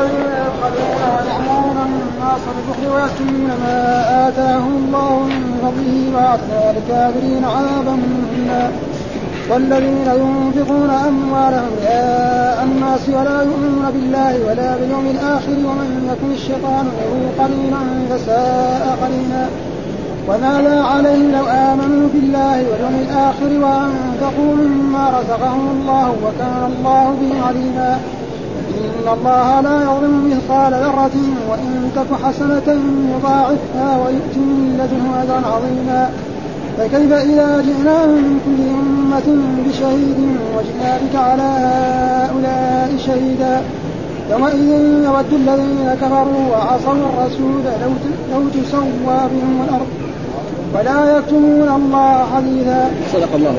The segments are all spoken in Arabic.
والذين يبخلون ويأمرون الناس بالبخل ويكتمون ما آتاهم الله من فضله وأعتدنا للكافرين عذابا مهينا. والذين ينفقون أموالهم رئاء الناس ولا يؤمنون بالله ولا باليوم الآخر ومن يكن الشيطان له قرينا فساء قرينا. وماذا عليهم لو آمنوا بالله واليوم الآخر وأنفقوا مما رزقهم الله وكان الله بهم عليما. إن الله لا يظلم مثقال ذرة وإن تك حسنة يضاعفها ويؤتي من لدنه أجرا عظيما. فكيف إذا جئنا من كل أمة بشهيد وجئنا بك على هؤلاء شهيدا. يومئذ يود الذين كفروا وعصوا الرسول لو تسوى بهم الأرض ولا يكتمون الله حديثا. صدق الله.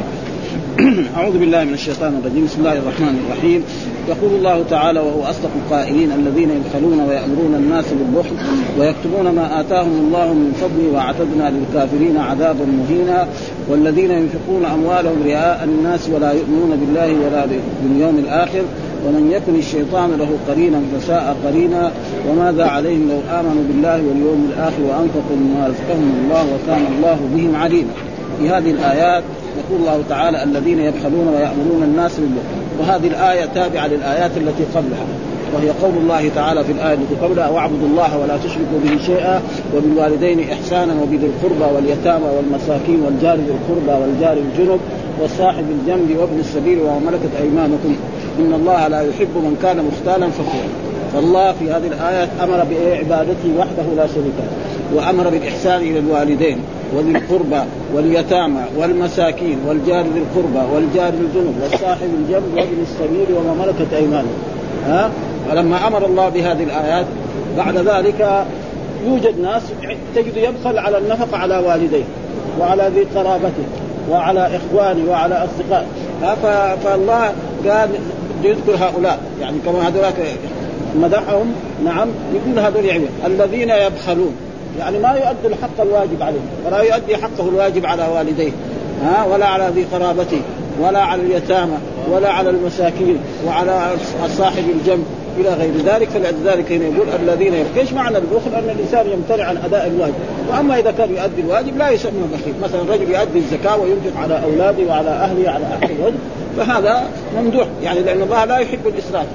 أعوذ بالله من الشيطان الرجيم. بسم الله الرحمن الرحيم. يقول الله تعالى وهو أصدق القائلين: الذين يبخلون ويأمرون الناس بالبخل ويكتمون ما آتاهم الله من فضله وأعتدنا للكافرين عذابا مهينا. والذين ينفقون أموالهم رئاء الناس ولا يؤمنون بالله ولا باليوم الآخر ومن يكن الشيطان له قرينا فساء قرينا. وماذا عليهم لو آمنوا بالله واليوم الآخر وأنفقوا مما رزقهم الله وكان الله بهم عليما. في هذه الآيات يقول الله تعالى: الذين يبخلون ويأمرون الناس بالبخل. وهذه الآية تابعة للآيات التي قبلها، وهي قول الله تعالى في الآية التي قبلها: واعبدوا الله ولا تشركوا به شيئا وبالوالدين إحسانا وبذي القربى واليتامى والمساكين والجار ذي القربى والجار الجنب والصاحب الجنب وابن السبيل وما ملكت أيمانكم إن الله لا يحب من كان مختالا فخورا. فالله في هذه الآيات أمر بعبادته وحده لا شريك له، وأمر بالإحسان إلى الوالدين وذي القربى واليتامى والمساكين والجار ذي القربى والجار الجنب والصاحب الجنب وابن السبيل وما ملكت أيمانكم. فلما أمر الله بهذه الآيات بعد ذلك يوجد ناس تجد يبخل على النفقة على والديه وعلى ذي قرابته وعلى إخوانه وعلى أصدقائه. فالله قال يذكر هؤلاء يعني كما هذولاك مدحهم. نعم يقول هذول يعني الذين يبخلون يعني ما يؤدي الحق الواجب عليه ولا يؤدي حقه الواجب على والديه ولا على ذي قرابته ولا على اليتامى ولا على المساكين وعلى صاحب الجنب إلى غير ذلك. فلذلك هنا يقول الذين ايش معنى البخل؟ أن الإنسان يمتنع عن أداء الواجب. وأما إذا كان يؤدي الواجب لا يسمى بخيل. مثلا رجل يؤدي الزكاة وينفق على أولاده وعلى أهله على أحسن وجه فهذا ممدوح يعني لأن الله لا يحب الإسراف.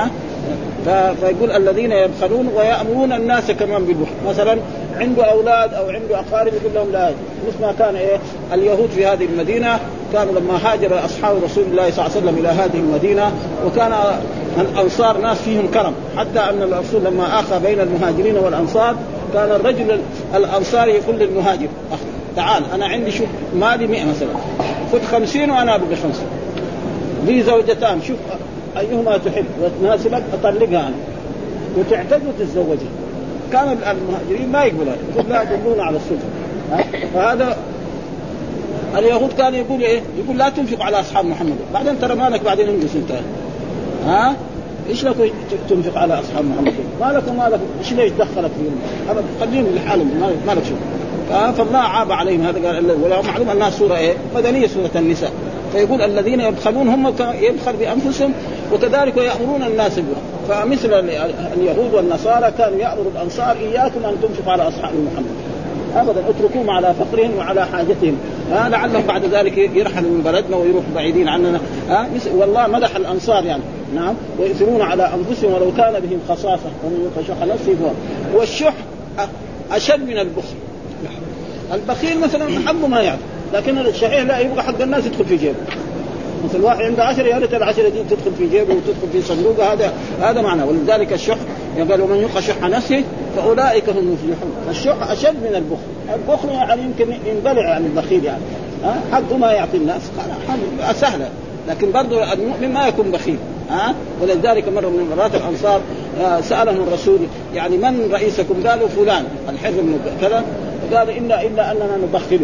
فيقول الذين يبخلون ويأمرون الناس كمان بالبخل. مثلا عنده أولاد أو عنده أقارب يقول لهم لا، مثل ما كان اليهود في هذه المدينة كانوا لما هاجر أصحاب رسول الله صلى الله عليه وسلم إلى هذه المدينة وكان الأنصار ناس فيهم كرم، حتى أن الرسول لما آخى بين المهاجرين والأنصار كان الرجل الأنصاري يقول للمهاجر تعال أنا عندي شوف مالي 100 مثلا خذ 50 وأنا أبقى 50 لي زوجتان شوف أيهما تحب وتناسبك أطلقها أنا وتعتد وتتزوجها. كان المهاجرين ما يقبلون لا يدلون على السلطة. فهذا اليهود كان يقول يقول لا تنفق على أصحاب محمد بعدين ترى مالك بعدين انجز انت إيش لك تنفق على أصحاب محمد ما لك إيش ليش دخلك فيهم أبدا خليهم لحالهم ما لك شو. فالله عاب عليهم. هذا قال ولا معلوم أنها سورة مدنية سورة النساء. فيقول الذين يبخلون هم يبخل بأنفسهم وكذلك يأمرون الناس بالبخل. فمثل اليهود والنصارى كانوا يأمر الأنصار إياكم أن تنفقوا على أصحاب محمد أبدا اتركوهم على فقرهم وعلى حاجتهم لعلهم بعد ذلك يرحلوا من بلدنا ويروحوا بعيدين عننا. والله مدح الأنصار يعني نعم ويؤثرون على أنفسهم ولو كان بهم خصاصة ومن يوق شح نفسه. والشح أشد من البخل. البخيل مثلا حظه ما يعرف لكن الشحيح لا يبغى حق الناس يدخل في جيبه. مثل واحد عنده 10 يا ريت ال10 دي تدخل في جيبه وتدخل في صندوقه. هذا معناه. ولذلك الشح قال ومن يوق شح نفسه فأولئك هم المفلحون. الشح أشد من البخل. البخل يعني يمكن ينبلع عن البخيل يعني حقه ما يعطي الناس سهلة لكن برضو المؤمن ما يكون بخيل. ولذلك مرة من المرات الأنصار سألهم الرسول يعني من رئيسكم؟ قالوا فلان الحر بن كذا. قال إلا أننا نبخله.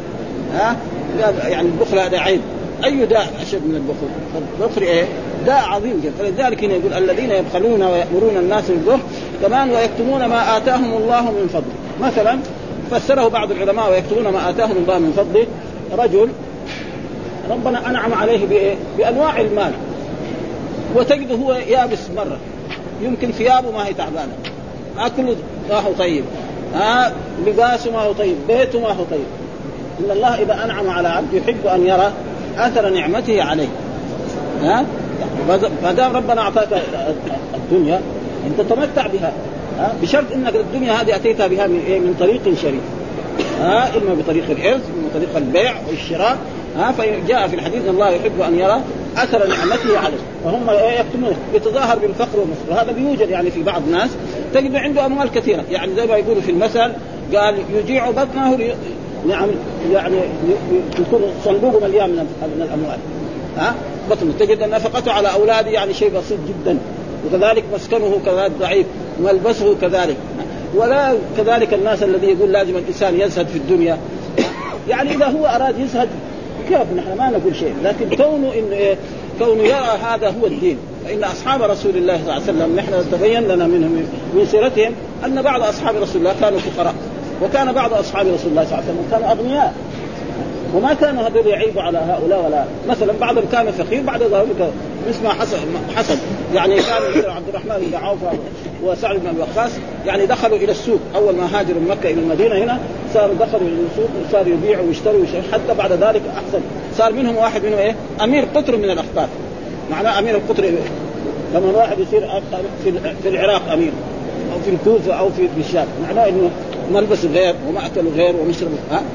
قال يعني البخل هذا عيب. أي داء أشد من البخل؟ البخل داء عظيم جدا. فلذلك يقول الذين يبخلون ويأمرون الناس بالبخل كمان ويكتمون ما آتاهم الله من فضله. مثلا فسره بعض العلماء ويكتمون ما آتاهم الله من فضله رجل ربنا أنعم عليه بأنواع المال وتجده هو يابس مرة يمكن ثيابه ما هي تعبانه، أكله ما هو طيب، لباسه ما هو طيب، بيته ما هو طيب. إن الله إذا أنعم على عبد يحب أن يرى أثر نعمته عليه. فدام ربنا أعطاك الدنيا أنت تمتع بها، بشرط أنك الدنيا هذه أتيتها بها من طريق شريف، إما بطريق الإرث، إما بطريق البيع والشراء. فجاء في الحديث أن الله يحب أن يرى أثر نعمته عليه، وهم يكتمون يتظاهر بالفقر والمسر. وهذا بيوجد يعني في بعض الناس تجد عنده أموال كثيرة، يعني زي ما يقولوا في المثل قال يجيع بطنه نعم، يعني يكون صندوقه مليان من الأموال، بطنه تجد أن نفقته على أولاده يعني شيء بسيط جدا، وكذلك مسكنه كذلك ضعيف، ملبسه كذلك. ولا كذلك الناس الذي يقول لازم الإنسان يزهد في الدنيا، يعني إذا هو أراد يزهد كيف نحن ما نقول شيء، لكن كونه يرى هذا هو الدين. فإن أصحاب رسول الله صلى الله عليه وسلم نحن تبين لنا منهم من سيرتهم أن بعض أصحاب رسول الله كانوا فقراء، وكان بعض أصحاب رسول الله صلى الله عليه وسلم كانوا أغنياء، وما كانوا هذول يعيبوا على هؤلاء. ولا مثلا بعضهم كان فقير بعد ذلك اسمه حسن يعني كان مثل عبد الرحمن بن عوف وسعد بن أبي وقاص يعني دخلوا إلى السوق أول ما هاجروا من مكة إلى المدينة، هنا صاروا دخلوا إلى السوق وصاروا يبيعوا ويشتروا حتى بعد ذلك أحسن صار منهم واحد منهم أمير قطر من الأقطار. معناه أمير القطر لما واحد يصير في العراق أمير، أو في الكوفة أو في الشام، معناه إنه ملبس غير ومأكل غير ومشرب.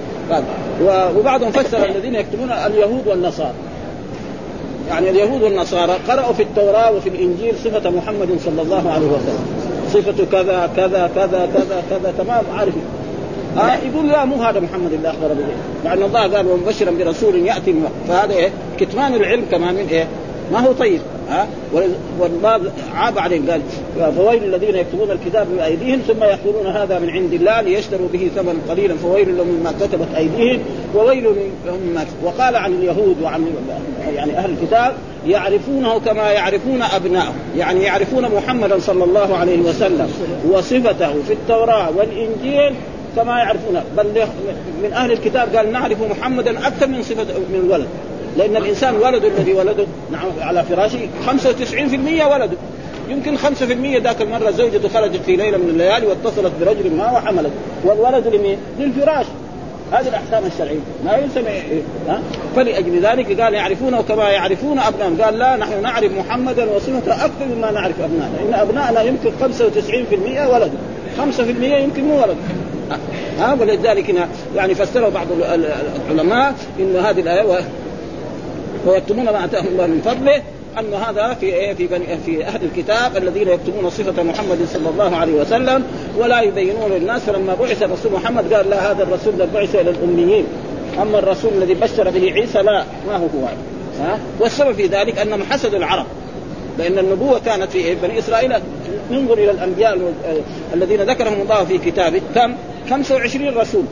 وبعضهم فسر الذين يكتبون اليهود والنصارى، يعني اليهود والنصارى قرأوا في التوراة وفي الإنجيل صفة محمد صلى الله عليه وسلم، صفة كذا كذا كذا كذا كذا تمام عارف. يقول لا مو هذا محمد اللي أخبر به، مع أن الله قال ومبشرا برسول يأتي من. فهذا كتمان العلم كمان من ما هو طيب. والله عاب عليهم قال فويل الذين يكتبون الكتاب بأيديهم ثم يقولون هذا من عند الله ليشتروا به ثمنا قليلا فويل لهم مما كتبت أيديهم وويل لهم مما. وقال عن اليهود وعن يعني أهل الكتاب يعرفونه كما يعرفون أبنائهم، يعني يعرفون محمدا صلى الله عليه وسلم وصفته في التوراة والإنجيل كما يعرفونه. بل من أهل الكتاب قال نعرف محمدا أكثر من صفة من الولد، لأن الإنسان ولده الذي ولده على فراشه 95% ولده، يمكن 5% ذاك المرة زوجته خرجت في ليلة من الليالي واتصلت برجل ما وحملت، والولد لمين؟ للفراش. هذه الأحكام الشرعية ما يسمى فلأجل ذلك قال يعرفونه كما يعرفون أبنائهم. قال لا نحن نعرف محمدا وصفته أكثر مما نعرف أبنائنا، إن أبنائنا يمكن 95% ولد، 5% يمكن مو ولد. ولذلك يعني فسروا بعض العلماء إن هذه الآية ويكتمون ما آتاهم الله من فضله أن هذا في أهل الكتاب الذين يكتمون صفة محمد صلى الله عليه وسلم ولا يبينون للناس. فلما بعث الرسول محمد قال لا هذا الرسول الذي بعث إلى الأميين، أما الرسول الذي بشر به عيسى لا ما هو. والسبب في ذلك أنهم حسدوا العرب، لأن النبوة كانت في بني إسرائيل. ننظر إلى الأنبياء الذين ذكرهم الله في كتابه كم 25 رسول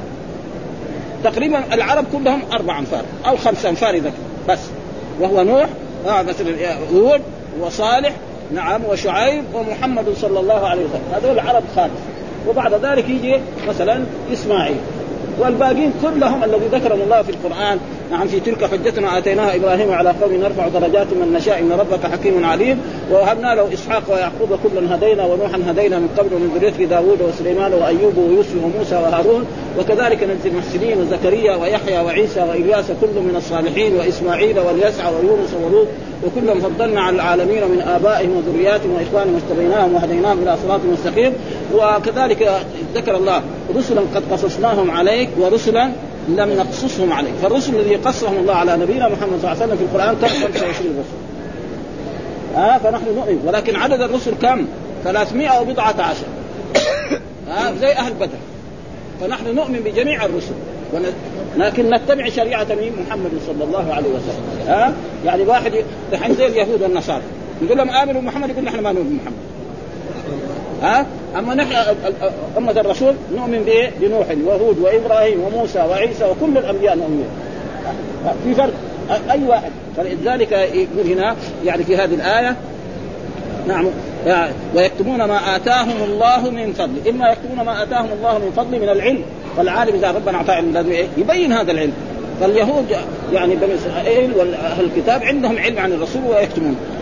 تقريبا. العرب كلهم 4 أنفار أو 5 أنفار ذكر بس، وهو نوح مثل هود وصالح نعم وشعيب ومحمد صلى الله عليه وسلم، هذول العرب خالص. وبعد ذلك يجي مثلا إسماعيل، والباقين كلهم الذي ذكرهم الله في القرآن نعم في تلك حجتنا آتيناها إبراهيم على قوم نرفع درجات من نشاء إن ربك حكيم عليم ووهبنا له إسحاق ويعقوب كلا هدينا ونوحا هدينا من قبل ومن ذريته داود وسليمان وأيوب ويوسف وموسى وهارون وكذلك نجزي المحسنين وزكريا ويحيى وعيسى وإلياس كل من الصالحين وإسماعيل واليسع ويونس ولوط وكلهم فضلنا على العالمين من آبائهم وذرياتهم وإخوانهم واجتبيناهم وهديناهم إلى صراط مستقيم. وكذلك ذكر الله رسلا قد قصصناهم عليك ورسلا لم نقصصهم عليك. فالرسل الذي قصهم الله على نبينا محمد صلى الله عليه وسلم في القرآن كم 25 رسل. فنحن نؤمن، ولكن عدد الرسل كم 319 زي أهل بدر. فنحن نؤمن بجميع الرسل لكن نتبع شريعة محمد صلى الله عليه وسلم. يعني واحد دحين زي اليهود والنصارى يقول لهم آمنوا بمحمد، يقول نحن ما نؤمن بمحمد. أما نحن أمة الرسول نؤمن بنوح وهود وإبراهيم وموسى وعيسى وكل الأنبياء نؤمن. في فرق أي واحد. فلذلك يقول هنا يعني في هذه الآية نعم ويكتمون ما آتاهم الله من فضل. إما يكتمون ما آتاهم الله من فضل من العلم، فالعالم إذا ربنا أعطاه علم يبين هذا العلم. فاليهود يعني بني إسرائيل والأهل الكتاب عندهم علم عن الرسول ويكتمون.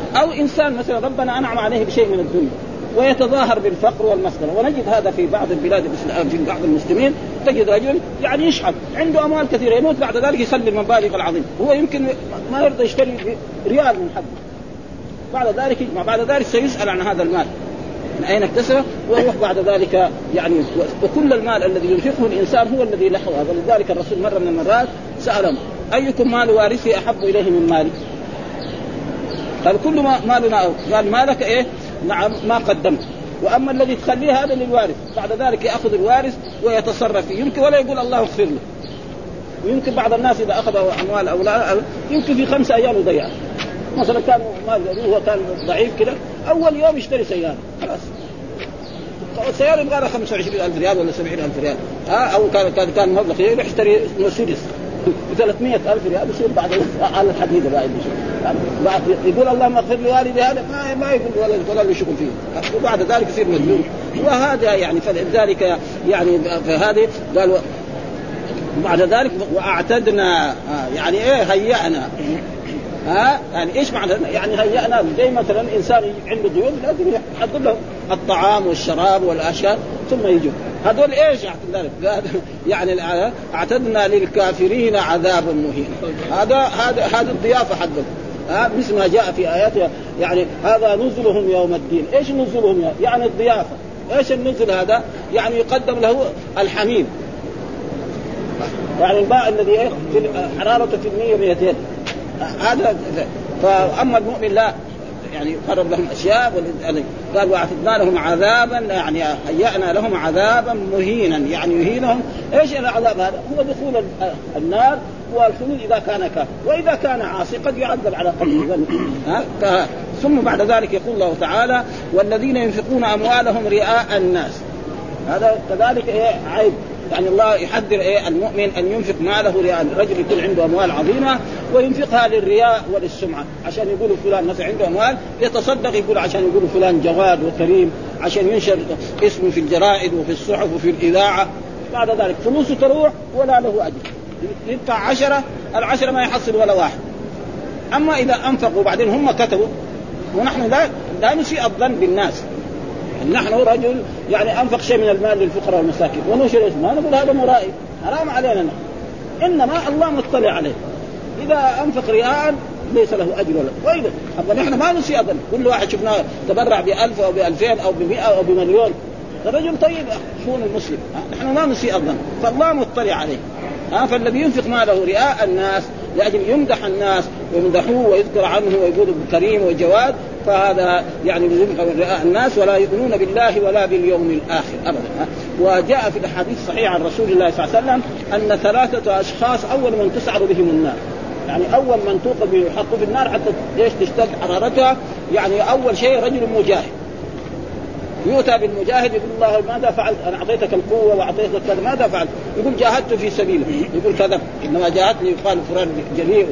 أو إنسان مثلا ربنا أنعم عليه بشيء من الدنيا ويتظاهر بالفقر والمسكنة، ونجد هذا في بعض البلاد في بعض المسلمين، تجد رجل يعني يشحن عنده أموال كثيرة يموت بعد ذلك يسلم المبالغ العظيمة، هو يمكن ما يرضى يشتري ريال من حد، بعد ذلك سيسأل عن هذا المال من أين اكتسبه، ويروح بعد ذلك يعني. وكل المال الذي ينفقه الإنسان هو الذي له هذا. ولذلك الرسول مرة من المرات سألهم أيكم مال وارثه أحب إليه من مالي؟ قال كل مالنا. قال مالك إيه؟ نعم ما قدمت، وأما الذي تخليه هذا للوارث، بعد ذلك يأخذ الوارث ويتصرف فيه، يمكن ولا يقول الله اغفر له. ويمكن بعض الناس إذا أخذ أموال أولاد يمكن في 5 أيام يضيعها. مثلا كان مال هو كان ضعيف كده، أول يوم يشتري سيارة خلاص، السيارة يبغى لها 25,000 ريال ولا 70,000 ريال، أو كان مبلغ يروح يشتري مرسيدس ب 300,000 ريال، يصير بعد على الحديد بقى بعد يقول اللهم اغفر لوالدي، هذا ما يقول ولا له شغل فيه، وبعد ذلك يصير مجنون. وهذا يعني فلذلك يعني فهذه قالوا بعد ذلك واعتدنا يعني ايه هيئنا، يعني ايش معنى يعني هيئنا؟ زي مثلا انسان عنده ضيوف لازم يحضر له الطعام والشراب والاشياء ثم يجوا هذول ايش يعني اعتدنا للكافرين عذابا مهينا. هذا الضيافه حقهم، مثل ما جاء في اياتها يعني هذا نزلهم يوم الدين. ايش نزلهم يعني الضيافه؟ ايش النزل هذا؟ يعني يقدم له الحميم، يعني الماء الذي في حرارته في 100 هذا. فأما المؤمن لا، يعني قرب لهم أشياء، قال وأعتدنا لهم عذابا، يعني هيأنا لهم عذابا مهينا، يعني يهينهم. إيش العذاب هذا؟ هو دخول النار والخلود إذا كان كافر، وإذا كان عاصي قد يعذب على قدر ذلك. ثم بعد ذلك يقول الله تعالى والذين ينفقون أموالهم رئاء الناس، هذا كذلك عيب. يعني الله يحذر المؤمن أن ينفق ماله رياء. الرجل يكون عنده أموال عظيمة وينفقها للرياء وللسمعة، عشان يقولوا فلان مثلا عنده أموال يتصدق، يقول عشان يقولوا فلان جواد وكريم، عشان ينشر اسمه في الجرائد وفي الصحف وفي الإذاعة. بعد ذلك فلوسه تروح ولا له أجر، يدفع 10 ال10 ما يحصل ولا واحد. أما إذا أنفقوا بعدين هم كتبوا، ونحن لا نسيء الظن بالناس. نحن رجل يعني أنفق شيء من المال للفقراء والمساكين ونشر اسمه، نقول هذا مرائي، حرام علينا نحن. إنما الله مطلع عليه، إذا أنفق رياء ليس له أجر ولا وإذا أما نحن ما نسيء الظن. كل واحد شفناه تبرع ب1000 أو ب2000 أو ب100 أو بمليون، الرجل طيب شؤون المسلم، نحن ما نسيء الظن، فالله مطلع عليه. فالذي ينفق ماله رئاء الناس لأجل يمدح الناس ويمدحوه ويذكر عنه ويقول كريم وجواد، فهذا يعني ينفق رئاء الناس ولا يؤمنون بالله ولا باليوم الآخر أبدا. وجاء في الحديث الصحيح عن رسول الله صلى الله عليه وسلم أن 3 أشخاص أول من تسعر بهم النار، يعني أول من توقف يحط في النار حتى تشتد حرارتها. يعني أول شيء رجل مجاهد، يؤتى بالمجاهد يقول الله ماذا فعلت؟ أنا أعطيتك القوة وأعطيتك كذا، ماذا فعلت؟ يقول جاهدت في سبيله، يقول كذا إنما جاهدني يقال فلان جريء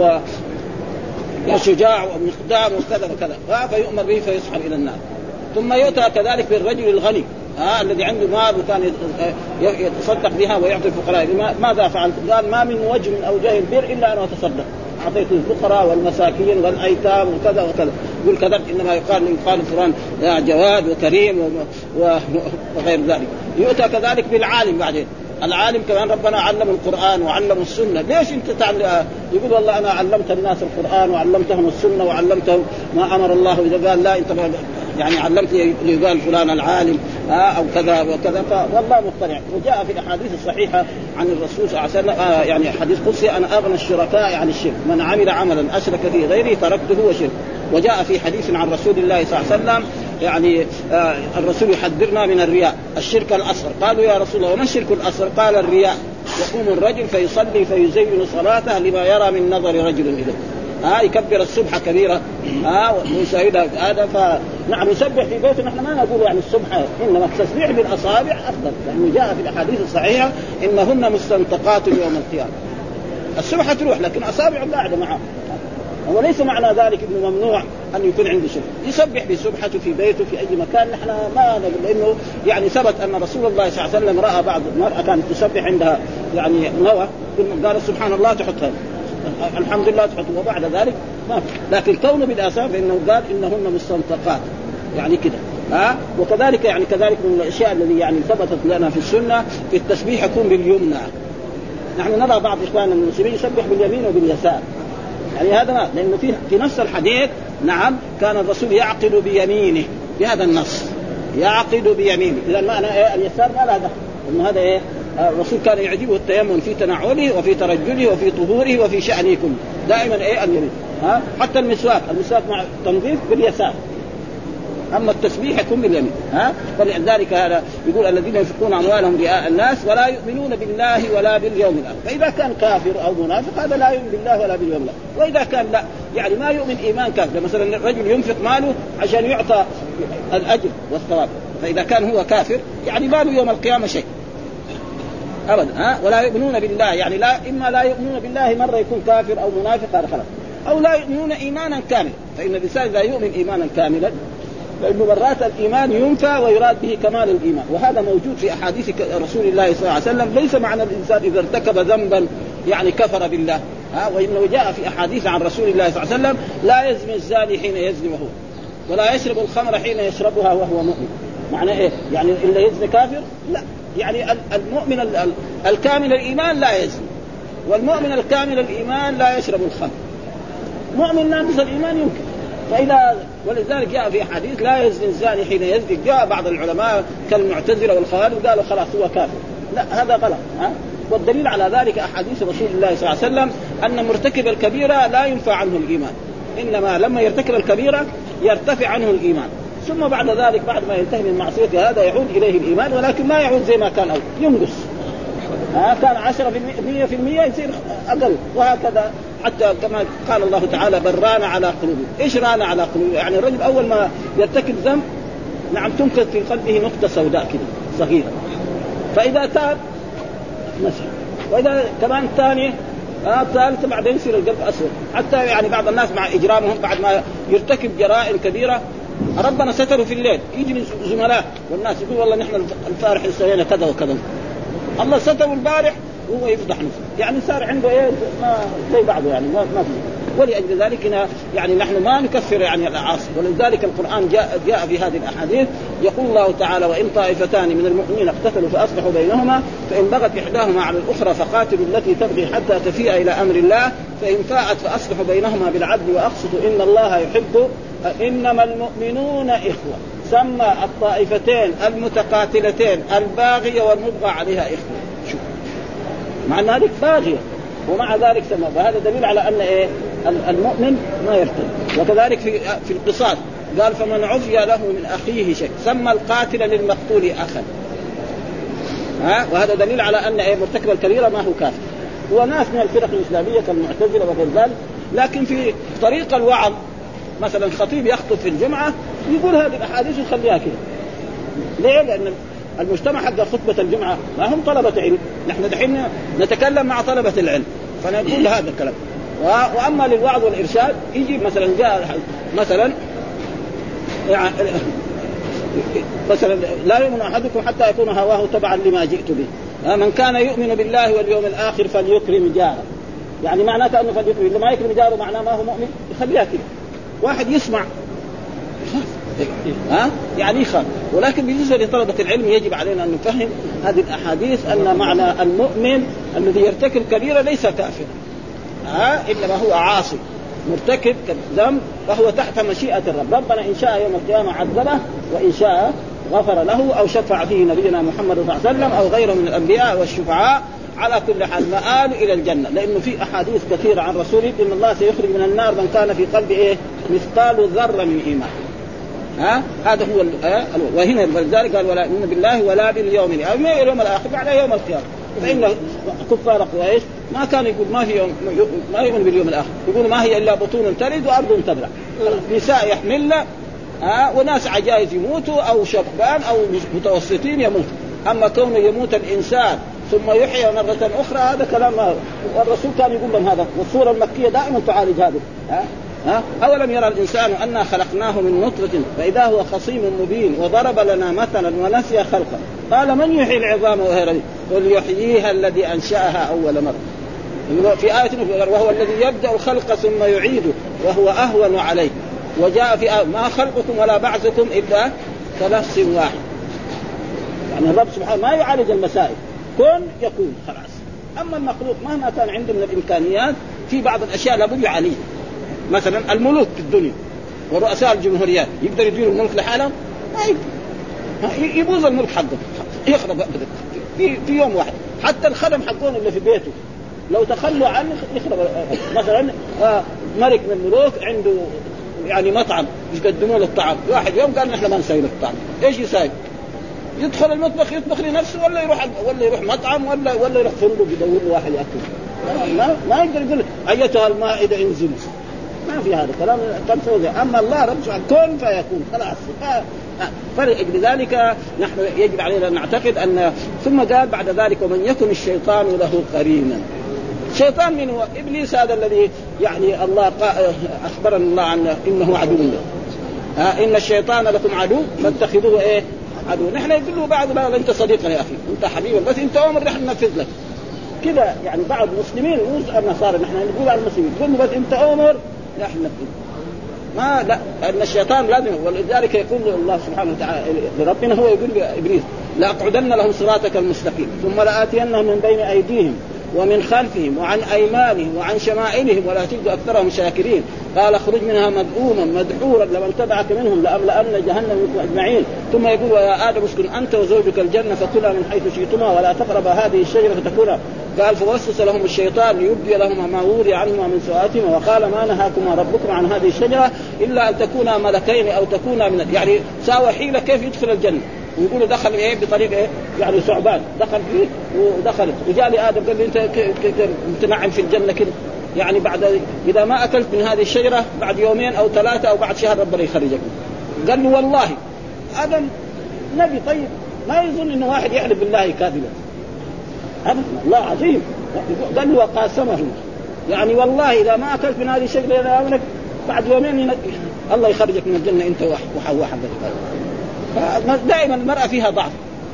وشجاع ومقدام وكذا وكذا، فيؤمر به فيسحب إلى النار. ثم يؤتى كذلك بالرجل الغني الذي عنده مال وكان يتصدق بها ويعطي الفقراء، ماذا فعلت؟ قال ما من وجه من أوجه البر إلا أن أتصدق، أعطيت الفقراء والمساكين والأيتام وكذا وكذا. يقول كذا إنما يقال فلان جواد وكريم وغير ذلك. يؤتى كذلك بالعالم بعدين، العالم كمان ربنا علم القرآن وعلم السنة، ليش أنت تعمل؟ يقول والله أنا علمت الناس القرآن وعلمتهم السنة وعلمتهم ما أمر الله. إذا قال لا أنت يعني علمت يقال فلان العالم أو كذا وكذا، فالله مطلع. وجاء في الأحاديث الصحيحة عن الرسول صلى الله عليه وسلم يعني حديث قدسي أنا أغنى الشركاء عن الشرك، من عمل عملا أشرك فيه غيري تركته وشرك. وجاء في حديث عن رسول الله صلى الله عليه وسلم يعني الرسول يحذرنا من الرياء الشرك الأصغر. قالوا يا رسول الله وما الشرك الأصغر؟ قال الرياء، يقوم الرجل فيصلي فيزين صلاته لما يرى من نظر رجل إليه، يكبر السبحة كبيرة ويساعدها هذا. فنحن نسبح في بيته، نحن ما نقول يعني السبحة، إنما التسبيح بالأصابع أفضل، لأنه جاء في الأحاديث الصحيحة إنهن مستنطقات يوم القيامة. السبحة تروح لكن أصابع قاعدة معه، وليس معنى ذلك إنه ممنوع أن يكون عنده سبحة، يسبح بسبحته في بيته في أي مكان. نحن ما نقول، لأنه يعني ثبت أن رسول الله صلى الله عليه وسلم رأى بعض المرأة كانت تسبح عندها يعني نوى، قال سبحان الله تحطها، الحمد لله تحطها، وبعد ذلك ما في. لكن كونه بالآثار فإنه قال إنهن مستنطقات يعني كده. وكذلك يعني كذلك من الأشياء الذي يعني ثبتت لنا في السنة في التسبيح يكون باليمنى. نحن نرى بعض إخواننا المسلمين يسبح باليمين وباليسار، يعني هذا ما لأنه في نفس الحديث نعم كان الرسول يعقد بيمينه بهذا النص، يعقد بيمينه. إذا معنى إيه؟ اليسار ما له دخل، إنه هذا إيه؟ الرسول كان يعجبه التيمم في تنعله وفي ترجله وفي طهوره وفي شأنه كله دائما إيه اليمين. حتى المسواك مع تنظيف باليسار، أما التسبيح يكون باليمين. فلذلك هذا يقول الذين ينفقون أموالهم رئاء الناس ولا يؤمنون بالله ولا باليوم الآخر. فإذا كان كافر أو منافق هذا لا يؤمن بالله ولا باليوم الآخر. وإذا كان لا يعني ما يؤمن إيمان كافر، مثلا الرجل ينفق ماله عشان يعطى الأجر والثواب، فإذا كان هو كافر يعني ما له يوم القيامة شيء أبدا. ولا يؤمنون بالله يعني لا، إما لا يؤمنون بالله مرة يكون كافر أو منافق هذا خلاص، أو لا يؤمنون إيمانا كاملا. فإن الإنسان لا يؤمن إيمانا كاملا لأنه مرات الإيمان ينفى ويراد به كمال الإيمان، وهذا موجود في أحاديث رسول الله صلى الله عليه وسلم. ليس معنى الإنسان إذا ارتكب ذنبا يعني كفر بالله، وإنه جاء في أحاديث عن رسول الله صلى الله عليه وسلم لا يزني الزاني حين يزني وهو، ولا يشرب الخمر حين يشربها وهو مؤمن. معنى إيه؟ يعني إلا يزني كافر؟ لا، يعني المؤمن الكامل الإيمان لا يزني، والمؤمن الكامل الإيمان لا يشرب الخمر. مؤمن ناقص الإيمان يمكن. فإذا ولذلك جاء في حديث لا يزني الزاني حين يزني. جاء بعض العلماء كالمعتزلة والخوارج قالوا خلاص هو كافر. لا، هذا غلط. والدليل على ذلك أحاديث رسول الله صلى الله عليه وسلم أن مرتكب الكبيرة لا ينفع عنه الإيمان، إنما لما يرتكب الكبيرة يرتفع عنه الإيمان، ثم بعد ذلك بعد ما ينتهي من معصيته هذا يعود إليه الإيمان، ولكن ما يعود زي ما كان أول، ينقص. كان 10% يصير أقل، وهكذا حتى كما قال الله تعالى بل ران على قلوبهم. إيش ران على قلوبهم؟ يعني الرجل أول ما يرتكب ذنب نعم تنكت في قلبه نقطة سوداء كده صغيرة، فإذا تاب مسح، وإذا كمان الثاني الثالث بعدين يصير القلب أسود. حتى يعني بعض الناس مع إجرامهم بعد ما يرتكب جرائم كبيرة ربنا ستره في الليل، يجي زملاء والناس يقول والله نحن الفارح سوينا كذا وكذا، الله ستره البارح وهو يفضح نفسه، يعني صار عنده ايه ما زي بعضه يعني ما في. ولأجل ذلك يعني نحن ما نكفر يعني الأعاصي، ولذلك القرآن جاء في هذه الأحاديث يقول الله تعالى وإن طائفتان من المؤمنين اقتتلوا فأصلحوا بينهما فإن بغت إحداهما على الأخرى فقاتلوا التي تبغي حتى تفيء إلى أمر الله فإن فاءت فأصلحوا بينهما بالعدل وأقسطوا إن الله يحب. إنما المؤمنون إخوة. سمى الطائفتين المتقاتلتين الباغية والمبغى عليها إخوة. شوف مع ذلك باغية ومع ذلك سمى، فهذا دليل على أن إيه المؤمن ما يرتد. وكذلك في القصاص قال فمن عفي له من أخيه شيء، سمى القاتل للمقتول أخا. وهذا دليل على أن إيه مرتكب الكبيرة ما هو كافر. وناس من الفرق الإسلامية كالمعتزلة وغير ذلك، لكن في طريق الوعظ مثلا خطيب يخطب في الجمعة يقول هذه الأحاديث وخليها كده. ليه؟ لأن المجتمع حق خطبة الجمعة ما هم طلبة علم، نحن دحين نتكلم مع طلبة العلم فنقول هذا الكلام. وأما للوعظ والإرشاد يجي مثلا جاء مثلا يعني مثلا لا يؤمن أحدكم حتى يكون هواه تبعا لما جئت به، من كان يؤمن بالله واليوم الآخر فليكرم جاره. يعني معناته أنه فليكرم، إذا ما يكرم جاره معناه ما هو مؤمن، يخليها كده. واحد يسمع يعني يخاف. ولكن بالنسبة لطلبة العلم يجب علينا أن نفهم هذه الأحاديث أن معنى المؤمن الذي يرتكب كبيرة ليس كافر، إنما هو عاصي مرتكب ذنب فهو تحت مشيئة الرب. ربنا إن شاء يوم القيامة عذبه وإن شاء غفر له أو شفع فيه نبينا محمد صلى الله عليه وسلم أو غيره من الأنبياء والشفعاء. على كل حال مآل إلى الجنة، لأنه في أحاديث كثيرة عن رسوله إن الله سيخرج من النار من كان في قلبه إيه مثقال ذرة من إيمان. هذا هو وهنا ولذلك قال ولا يؤمن بالله ولا باليوم الآخر بعد يوم القيامة. فإن كفار قريش ما كان يقول ما يؤمن باليوم الآخر، يقول ما هي إلا بطون تلد وأرض تبلع، نساء يحملن وناس عجائز يموتوا أو شبان أو متوسطين يموتوا. أما كونه يموت الإنسان ثم يحيى مرة أخرى هذا كلام والرسول كان يقول لهم هذا، والسورة المكية دائما تعالج هذا. أولم يرى الإنسان أنا خلقناه من نطفة فإذا هو خصيم مبين وضرب لنا مثلا ونسي خلقه قال من يحيي العظام وهي رميم قل يحييها الذي أنشأها أول مرة. في آية وهو الذي يبدأ الخلق ثم يعيده وهو أهون عليه. وجاء في آية ما خلقكم ولا بعثكم إلا كنفس واحد. يعني الرب سبحانه ما يعالج المسائل، كن يكون خلاص. أما المخلوق مهما كان عنده من الإمكانيات في بعض الأشياء لابد يعالج. مثلا الملوك في الدنيا ورؤساء الجمهوريات يقدر يديروا الملك لحالهم؟ ما يقدر. يبوظ الملك حقه، يخرب في يوم واحد. حتى الخدم حقون اللي في بيته لو تخلوا عنه يخرب. مثلا ملك من الملوك عنده يعني مطعم يقدموا له الطعام، واحد يوم قال نحن ما نسوي له الطعام، ايش يساوي؟ يدخل المطبخ يطبخ لنفسه ولا يروح مطعم ولا يروح فندق يدور له واحد ياكل؟ ما يقدر يقول ايتها المائده انزل، ما في هذا كلام تنفوذ. اما الله رب سبحانه كن فيكون خلاص. فلذلك نحن يجب علينا ان نعتقد ان. ثم قال بعد ذلك ومن يكن الشيطان له قرينا. الشيطان من هو؟ ابليس هذا الذي يعني الله اخبرنا الله عنه انه عدو له. ان الشيطان لكم عدو فاتخذوه ايه عدو. نحن يقول له بعض لا انت صديقنا يا اخي انت حبيبي بس انت امر نحن ننفذ لك كذا. يعني بعض المسلمين مو النصارى نحن نقول على المسلمين تقول بس انت امر نحن ننفذ ما لا. ان الشيطان لازم. ولذلك يقول الله سبحانه وتعالى لربنا هو يقول لابليس لاقعدن لهم صراطك المستقيم ثم لآتينهم من بين ايديهم ومن خلفهم وعن أيمانهم وعن شمائلهم ولا تجد أكثرهم شاكرين. قال اخرج منها مذءوما مدحورا لمن تبعك منهم لأملأن جهنم منكم أجمعين. ثم يقول ويا آدم اسكن أنت وزوجك الجنة فكلا من حيث شئتما ولا تقربا هذه الشجرة فتكونا. قال فوسوس لهم الشيطان ليبدي لهم ما وري عنهما من سوآتهما وقال ما نهاكما ربكما عن هذه الشجرة إلا أن تكونا ملكين أو تكونا من يعني ساوى حيلة كيف يدخل الجنة. ويقولوا دخل ايه بطريقه ايه يعني ثعبان دخل فيه ودخل. وجاء لآدم قال لي انت متنعم في الجنه كده يعني بعد اذا ما اكلت من هذه الشجره بعد يومين او ثلاثه او بعد شهر ربنا يخرجك. قال له والله آدم نبي طيب ما يظن انه واحد يحلف بالله كاذبا ابدا الله عظيم. قال له وقاسمه يعني والله اذا ما اكلت من هذه الشجره الى امرك بعد يومين الله يخرجك من الجنه انت وحواء حقك. دائما المرأة فيها ضعف.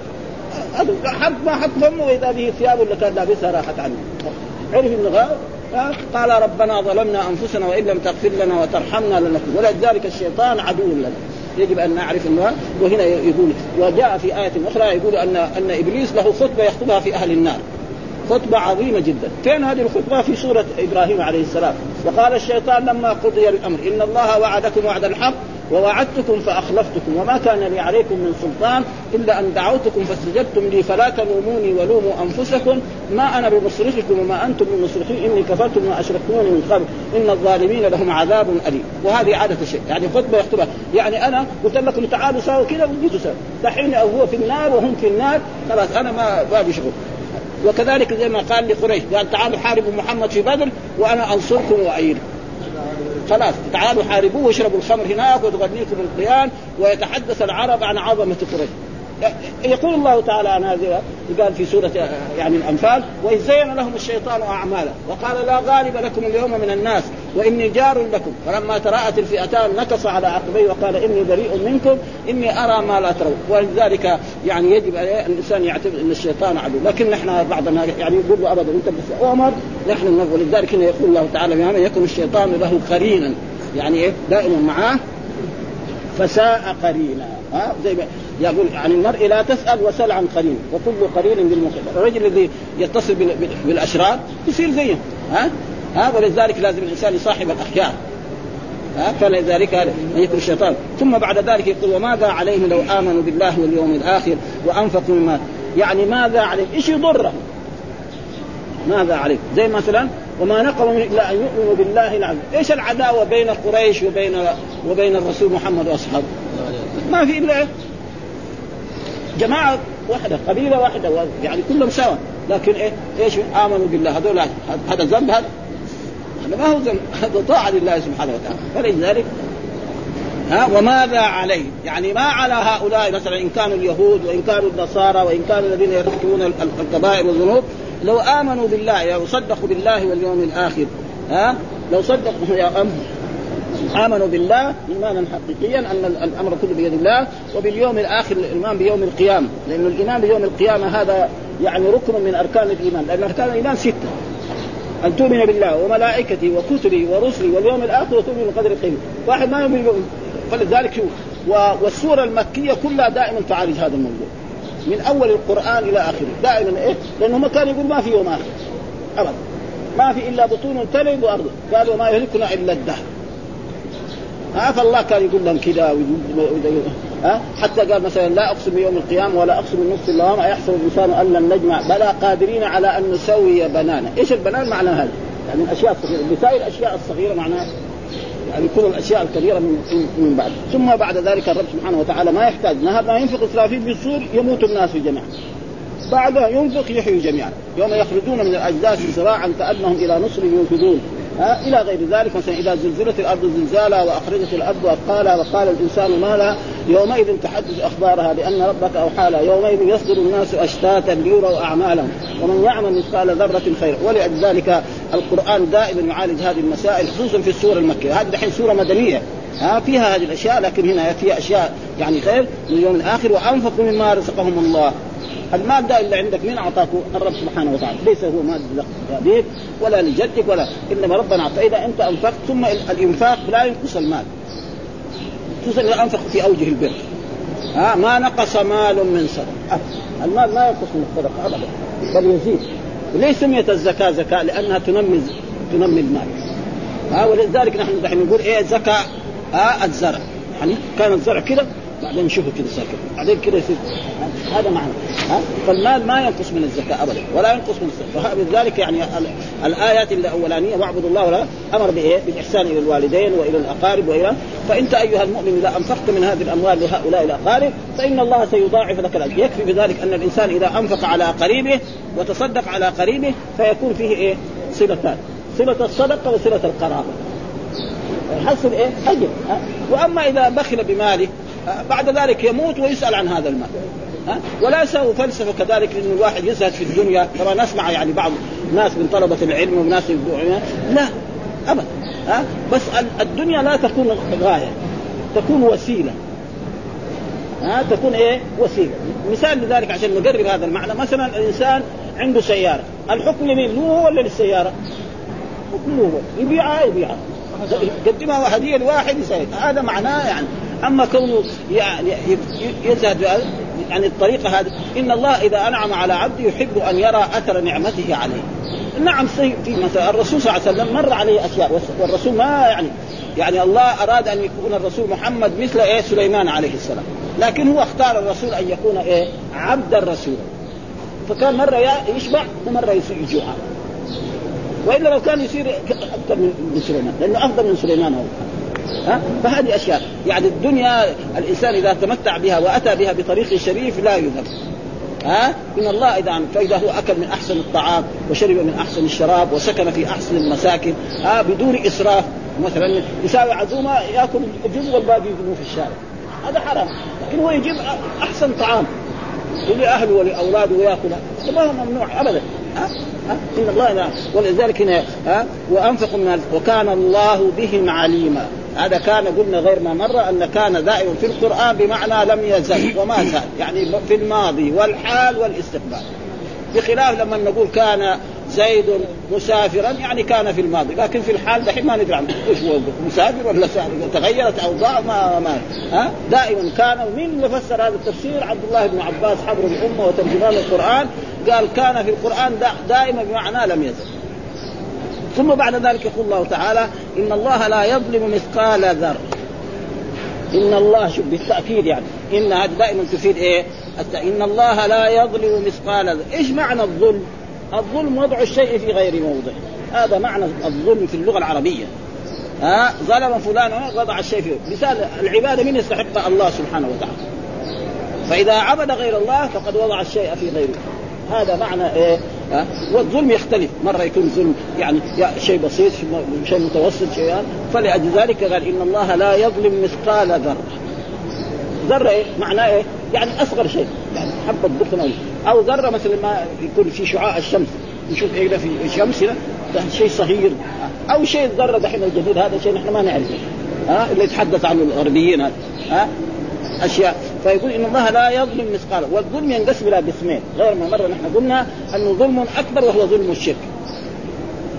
ما حط فمه وإذا به ثياب اللي كان لابسها راحت عنه. عرف إنه قال ربنا ظلمنا أنفسنا وإن لم تغفر لنا وترحمنا لنكون. ولذلك الشيطان عدو لنا يجب أن نعرف إنه. وهنا يقول وجاء في آية أخرى يقول أن إبليس له خطبة يخطبها في أهل النار خطبة عظيمة جدا. فين هذه الخطبة؟ في سورة إبراهيم عليه السلام. وقال الشيطان لما قضي الأمر إن الله وعدكم وعد الحق ووعدتكم فأخلفتكم وما كان لي عليكم من سلطان إلا أن دعوتكم فاستجبتم لي فلا تلوموني ولوموا أنفسكم ما أنا بمصرخكم وما أنتم بمصرخي إني كفرت ما أشركتموني من قبل إن الظالمين لهم عذاب أليم. وهذه عادة الشيء يعني خطبة يخطبها. يعني أنا قلت لكم تعالوا سوا كذا وجيتوا سوا دحين أو هو في النار وهم في النار خلاص أنا ما بشغل. وكذلك زي ما قال لقريش قال تعالوا حاربوا محمد في بدر وأنا أنصركم وأعينكم. خلاص تعالوا حاربوه واشربوا الخمر هناك وتغنيكم القيان. ويتحدث العرب عن عظمة قريش. يقول الله تعالى عن هذا قال في سورة يعني الأنفال وإذ زين لهم الشيطان أعماله وقال لا غالب لكم اليوم من الناس وإني جار لكم فلما تراءت الفئتان نكص على عقبيه وقال إني بريء منكم إني أرى ما لا ترون. ولذلك يعني يجب عليه الإنسان يعتبر أن الشيطان عدو. لكن نحن بعضنا يعني يقول له أبدا أنت بس أمر نحن نقول. ولذلك يقول الله تعالى بهذا يكون الشيطان له قرينا يعني إيه دائما معاه فساء قرينا. زي ما يقول عن المرء لا تسأل وسل عن قرين وكل قرين بالمخيط. الرجل الذي يتصل بالأشرار يصير زيه ولذلك لازم الإنسان يصاحب الأخيار. فلذلك أن يكون الشيطان. ثم بعد ذلك يقول وماذا عليهم لو آمنوا بالله واليوم الآخر وأنفقوا مما يعني ماذا عليهم إيش يضرهم ماذا عليهم زي مثلا وما نقموا إلا أن يؤمنوا بالله العظيم. إيش العداوة بين قريش وبين الرسول محمد وأصحابه؟ ما في إلا جماعة واحدة قبيلة واحدة يعني كلهم سوا. لكن إيش آمنوا بالله هذول هذا ذنب هذا ما هو ذنب هذا طاعة لله سبحانه وتعالى. فلذلك وماذا عليه يعني ما على هؤلاء مثلا إن كانوا اليهود وإن كانوا النصارى وإن كانوا الذين يرتكبون الكبائر والذنوب لو آمنوا بالله يعني صدقوا بالله واليوم الآخر لو صدقوا آمنوا بالله إيمانا حقيقيا أن الأمر كله بيد الله وباليوم الآخر الإيمان بيوم القيامة. لأن الإيمان بيوم القيامة هذا يعني ركن من أركان الإيمان. لأن أركان الإيمان 6 أن تؤمن بالله وملائكته وكتبه ورسله واليوم الآخر وتؤمن بالقدر خيره. واحد ما يؤمن فلذلك والسورة المكية كلها دائما تعالج هذا الموضوع من أول القرآن إلى آخره دائما إيه؟ لأنه ما كان يقول ما في يوم آخر أبدا، ما في إلا بطون تلد وأرض، قالوا ما يهلكنا إلا الدهر. فالله كان يقول لهم كذا حتى قال مثلا لا أقسم بيوم القيامة ولا أقسم بالنفس اللوامة أيحسب الإنسان أن لن نجمع بلى قادرين على أن نسوي بنانا. إيش البنان معنى هذا؟ يعني الأشياء الصغيرة بسائر الأشياء الصغيرة معناها يعني كل الأشياء الكبيرة من بعد. ثم بعد ذلك الرب سبحانه وتعالى ما يحتاج ما ينفق إسرافيل بالسور يموت الناس جميعا، بعدها ينفق يحيي جميعا يوم يخرجون من الأجداث سراعا كأنهم إلى نصر ينفذون إلى غير ذلك. مثلا إذا زلزلت الأرض زلزالها وأخرجت الأرض أثقالها وقال الإنسان ما لها يومئذ تحدث أخبارها بأن ربك أوحى لها يومئذ يصدر الناس أشتاتا ليروا أعمالهم ومن يعمل مثقال ذرة خيرا. ولذلك القرآن دائما يعالج هذه المسائل خصوصا في السورة المكية. هذه الحين سورة مدنية فيها هذه الأشياء، لكن هنا فيها أشياء يعني خير من اليوم الآخر. وأنفقوا مما رزقهم الله. المال ده اللي عندك مين أعطاك؟ الرب سبحانه وتعالى، ليس هو مال لأبيك ولا لجدك ولا، إنما ربنا أعطى. إذا أنت أنفقت ثم الإنفاق لا ينقص المال، خصوصا إذا أنفق في أوجه البر ما نقص مال من صدقة. المال ما ينقص من الصدقة أبدا بل يزيد. وليس سميت الزكاة زكاة لأنها تنمي المال. ولذلك نحن دحين نقول إيه زكاة الزرع، يعني كان الزرع كده بعدين نشوفه كده ساكت بعدين كده يصير، هذا معنى فالمال ما ينقص من الزكاة أبدا ولا ينقص من الصدقة. فلذلك يعني الآيات الأولانية واعبدوا الله ولا أمر بإيه؟ بالإحسان إلى الوالدين وإلى الأقارب وإلى. فأنت أيها المؤمن إذا أنفقت من هذه الأموال لهؤلاء الأقارب فإن الله سيضاعف لك الأجر. يكفي بذلك أن الإنسان إذا أنفق على قريبه وتصدق على قريبه فيكون فيه إيه؟ صلتان، صلة الصدقة وصلة القرابة، يحصل إيه؟ أجر. وأما إذا بخل بماله بعد ذلك يموت ويسأل عن هذا المال. ولا سوى فلسفة كذلك إن الواحد يزهد في الدنيا. طبعا نسمع يعني بعض الناس من طلبة العلم وناس لا أبدا بس الدنيا لا تكون غاية، تكون وسيلة. تكون إيه؟ وسيلة. مثال لذلك عشان نقرب هذا المعنى، مثلا الإنسان عنده سيارة، الحكم يمين له ولا للسيارة؟ حكم له، يبيعها قدمها هدية لواحد يسير، هذا معناه يعني. أما كونه يعني يزهد يعني الطريقة هذه، إن الله إذا أنعم على عبده يحب أن يرى أثر نعمته عليه. نعم في مثلا الرسول صلى الله عليه وسلم مر عليه أشياء، والرسول ما يعني الله أراد أن يكون الرسول محمد مثل إيه سليمان عليه السلام، لكن هو اختار الرسول أن يكون إيه عبد الرسول. فكان مرة يشبع ومرة يصير جوعان، وإلا لو كان يصير أكثر من سليمان لأنه أفضل من سليمان هو. فهذه أشياء يعني الدنيا الإنسان إذا تمتع بها وأتى بها بطريق شريف لا يذم. إن الله فإذا هو أكل من أحسن الطعام وشرب من أحسن الشراب وسكن في أحسن المساكن بدون إسراف، مثلا يساوي عزومة يأكل الجزء والباقي يجيبوه في الشارع، هذا حرام. لكن هو يجيب أحسن طعام لأهله ولأولاده ويأكلها، ما هو ممنوع أبدا. إن الله ولذلك هنا وأنفقوا من وكان الله بهم عليما. هذا كان قلنا غير ما مرة أن كان دائما في القرآن بمعنى لم يزل وما زال، يعني في الماضي والحال والاستقبال، بخلاف لما نقول كان زيد مسافرا يعني كان في الماضي، لكن في الحال دحين ما ندري عنه ايش هو مسافر ولا سافر، تغيرت اوضاع ما دائما كان. ومين اللي فسر هذا التفسير؟ عبد الله بن عباس حبر الامه وترجمان القرآن، قال كان في القرآن دائما بمعنى لم يزل. ثم بعد ذلك يقول الله تعالى إن الله لا يظلم مثقال ذرة. إن الله شوف بالتأكيد يعني إن هذا دائما تفيد إيه؟ إن الله لا يظلم مثقال ذرة. إيش معنى الظلم؟ الظلم وضع الشيء في غير موضعه، هذا معنى الظلم في اللغة العربية. ظلم فلان وضع الشيء فيه. مثال العبادة من يستحق؟ الله سبحانه وتعالى. فإذا عبد غير الله فقد وضع الشيء في غيره، هذا معنى إيه؟ والظلم يختلف، مرة يكون ظلم يعني شيء بسيط، شيء متوسط، شيء فلأجل ذلك قال إن الله لا يظلم مثقال ذرة. ذرة إيه؟ معناه إيه؟ يعني أصغر شيء، يعني حبة دخن أو ذرة مثل ما يكون في شعاع الشمس، نشوف إيه في الشمس هنا شيء صغير، أو شيء ذرة دحين الجديد، هذا شيء نحن ما نعرفه اللي يتحدث عنه الغربيين هذا أشياء. فيقول إن الله لا يظلم مثقال. والظلم ينقسم إلى قسمين، غير ما مرة نحن قلنا أنه ظلم أكبر وهو ظلم الشرك.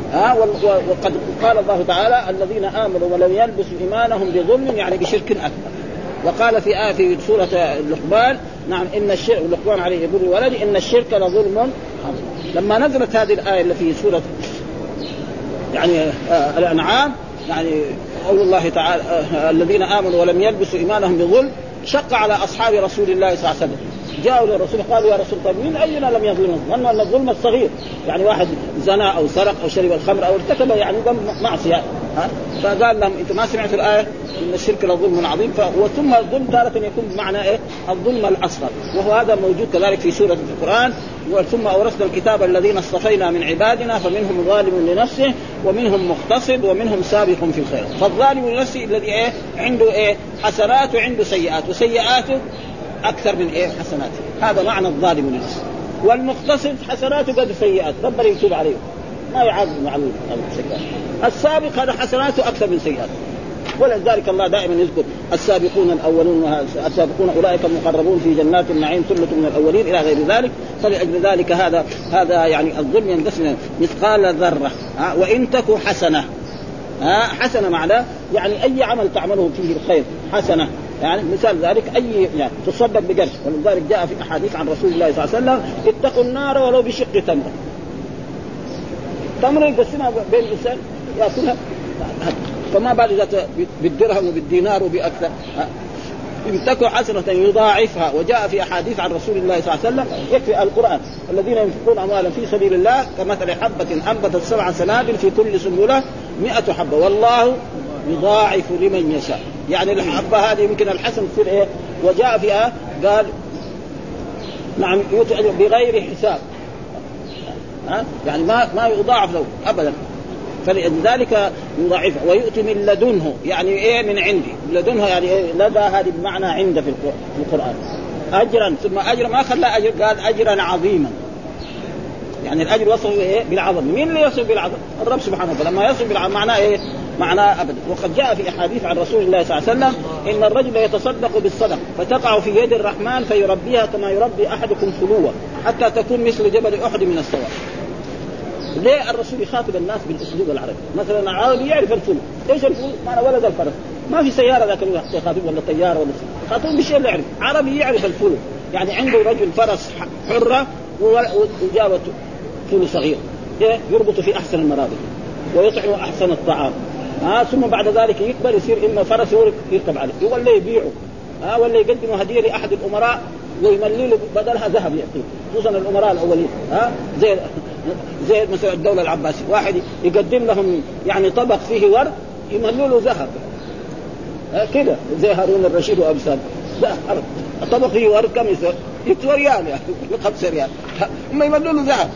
وقد قال الله تعالى الذين آمنوا ولم يلبسوا إيمانهم بظلم يعني بشرك أكبر. وقال في آية في سورة اللقمان نعم إن الشرك اللقمان عليه يقول الولد إن الشرك لظلم. لما نزلت هذه الآية اللي في سورة يعني الأنعام يعني قول الله تعالى الذين آمنوا ولم يلبسوا إيمانهم بظلم شق على أصحاب رسول الله صلى الله عليه وسلم. جاءوا للرسول قالوا يا رسول طيب مين أينا لم يظلم؟ لأن الظلم الصغير يعني واحد زنى أو سرق أو شرب الخمر أو ارتكب يعني معصية. فقال لهم أنتم ما سمعتوا الآية إن الشرك لظلم عظيم. ثم الظلم تارة يكون بمعنى إيه؟ الظلم الأصغر، وهو هذا موجود كذلك في سورة القرآن. ثم أورثنا الكتاب الذين اصطفينا من عبادنا فمنهم ظالم لنفسه ومنهم مقتصد ومنهم سابق في الخير. فالظالم لنفسه الذي إيه؟ عنده إيه؟ حسنات وعنده سيئات، وسيئاته أكثر من إيه؟ حسناته. هذا معنى الظالم لنفسه. والمقتصد حسناته قد سيئات ربنا يتوب عليه ما يعاقب مع السيئات. السابق هذا حسناته أكثر من سيئاته. ولذلك الله دائما يذكر السابقون الأولون السابقون أولئك المقربون في جنات النعيم ثلة من الأولين إلى غير ذلك. فلأجل ذلك هذا يعني الظلم ينقسم مثقال ذرة وإن تك حسنة. حسنة معناه يعني أي عمل تعمله فيه الخير حسنة. يعني مثال ذلك أي يعني تصدق بقرش. ولذلك جاء في أحاديث عن رسول الله صلى الله عليه وسلم اتقوا النار ولو بشق تمرة. تمرة يقسمها بين الإنسان يأكلها فما بعد إذا بالدرهم وبالدينار وبأكثر. إن تكن حسنة يضاعفها. وجاء في أحاديث عن رسول الله صلى الله عليه وسلم يكفي القرآن الذين ينفقون أموالا في سبيل الله كمثل حبة أنبتت 7 سنابل في كل سنبلة 100 حبة والله يضاعف لمن يشاء. يعني الحبة هذه يمكن الحسن تصير إيه. وجاء فيها قال نعم بغير حساب يعني ما يضاعف له أبدا. فلذلك يضاعف ويؤتي من لدنه يعني إيه من عندي. لدنه يعني إيه؟ لدى هذه بمعنى عند في القرآن أجرا. ثم أجر ما خلى أجر قال أجرا عظيما. يعني الأجر وصف إيه بالعظم. مين اللي يصف بالعظم؟ الرب سبحانه وتعالى. لما يصف بالعظم معناه إيه؟ معناه أبدا. وقد جاء في أحاديث عن رسول الله صلى الله عليه وسلم إن الرجل يتصدق بالصدق فتقع في يد الرحمن فيربيها كما يربي أحدكم فلوة حتى تكون مثل جبل أحد من السواء. ليه الرسول يخاطب الناس بالأسلوب العربي؟ مثلا العربي يعرف الفول. إيش الفول؟ معنى ولد الفرس. ما في سيارة ذاك الوقت يخاطب ولا طيارة ولا خاطب بالشيء اللي يعرف. عربي يعرف الفول. يعني عنده رجل فرس حرة وجابت فول صغير يربط في أحسن المرابط ويطعم أحسن الطعام. ثم بعد ذلك يكبر يصير إما فرس يركب عليه ولا يبيعه ولا يقدم هدية لأحد الأمراء ويملي له بدلها ذهب يعطيه. خصوصا الأمراء الأولين زي مثلا الدولة العباسية واحد يقدم لهم يعني طبق فيه ورد يملوا له ذهب كده زي هارون الرشيد وأمثال. الطبق فيه ورد كم يسوى ريال يعني 5 ريال هم يملوا له ذهب.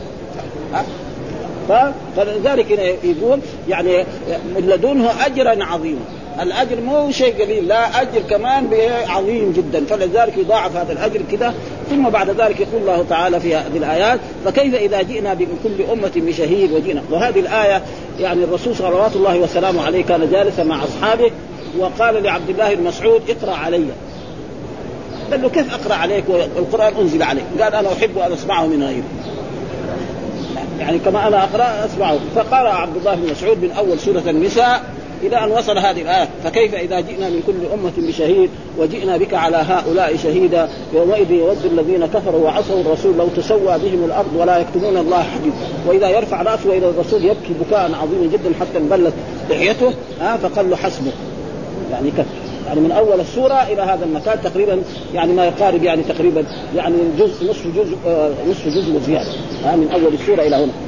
فلذلك يقول يعني من لدنه أجرا عظيما. الأجر مو شيء قليل لا أجر كمان عظيم جدا. فلذلك يضاعف هذا الأجر كده. ثم بعد ذلك يقول الله تعالى في هذه الآيات فكيف إذا جئنا من كل أمة بشهيد وجئنا. وهذه الآية يعني الرسول صلوات الله وسلامه عليه كان جالسا مع أصحابه وقال لعبد الله بن مسعود اقرأ علي. قال له كيف أقرأ عليك والقرآن أنزل عليك؟ قال أنا أحب أن أسمعه من غيري يعني كما أنا أقرأ أسمعه. فقرأ عبد الله بن مسعود من أول سورة النساء إلى أن وصل هذه الآية فكيف إذا جئنا من كل أمة بشهيد وجئنا بك على هؤلاء شهيدا يومئذ يود الذين كفروا وعصوا الرسول لو تسوى بهم الأرض ولا يكتمون الله حديثا وإذا يرفع رأسه وإذا الرسول يبكي بكاء عظيما جدا حتى انبلت لحيته فقال له حسبه. يعني كفر يعني من أول السورة إلى هذا المكان تقريبا يعني ما يقارب يعني تقريبا يعني جزء نصف جزء وزيادة من أول السورة إلى هنا.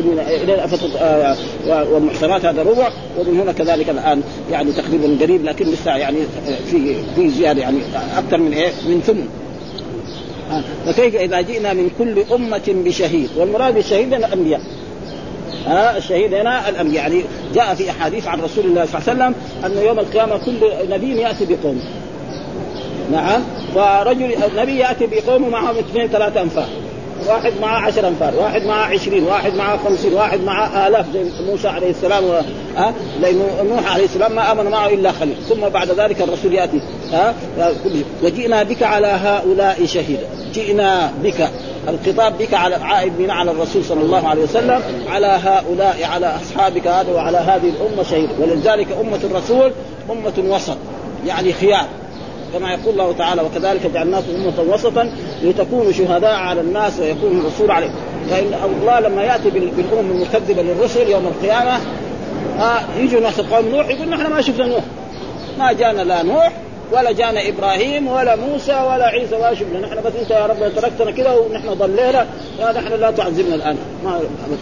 والمحصنات هذا ربع ومن هنا كذلك الآن يعني تقريبا قريب لكن لسه يعني في زيادة يعني أكثر من من ثم. فكيف إذا جئنا من كل أمة بشهيد. والمراد بالشهيد هنا الأنبياء. الشهيد هنا الأنبياء. يعني جاء في أحاديث عن رسول الله صلى الله عليه وسلم أن يوم القيامة كل نبي يأتي بقوم. نعم. فرجل نبي يأتي بقوم معهم 2-3 أنفار. واحد معه 10 أنفار واحد معه 20 واحد معه 50 واحد معه 1000 زي موسى عليه السلام لأن نوح عليه السلام ما آمن معه إلا خليل. ثم بعد ذلك الرسول يأتي وجئنا بك على هؤلاء شهيدا. جئنا بك الخطاب بك على عائد بنا على الرسول صلى الله عليه وسلم على هؤلاء على أصحابك هذا وعلى هذه الأمة شهيد. ولذلك أمة الرسول أمة وسط يعني خيار، كما يقول الله تعالى وكذلك جعلناكم أمة وسطا لتكونوا شهداء على الناس ويكون الرسول عليكم. فإن الله لما يأتي بالأمم المكذبة للرسل يوم القيامة يجوا ناس قوم نوح يقول نحن ما شفنا نوح، ما جانا لا نوح ولا جانا إبراهيم ولا موسى ولا عيسى ولا شفنا، نحن بس أنت يا رب تركتنا كده ونحن ضلينا نحن لا تعذبنا الآن. ما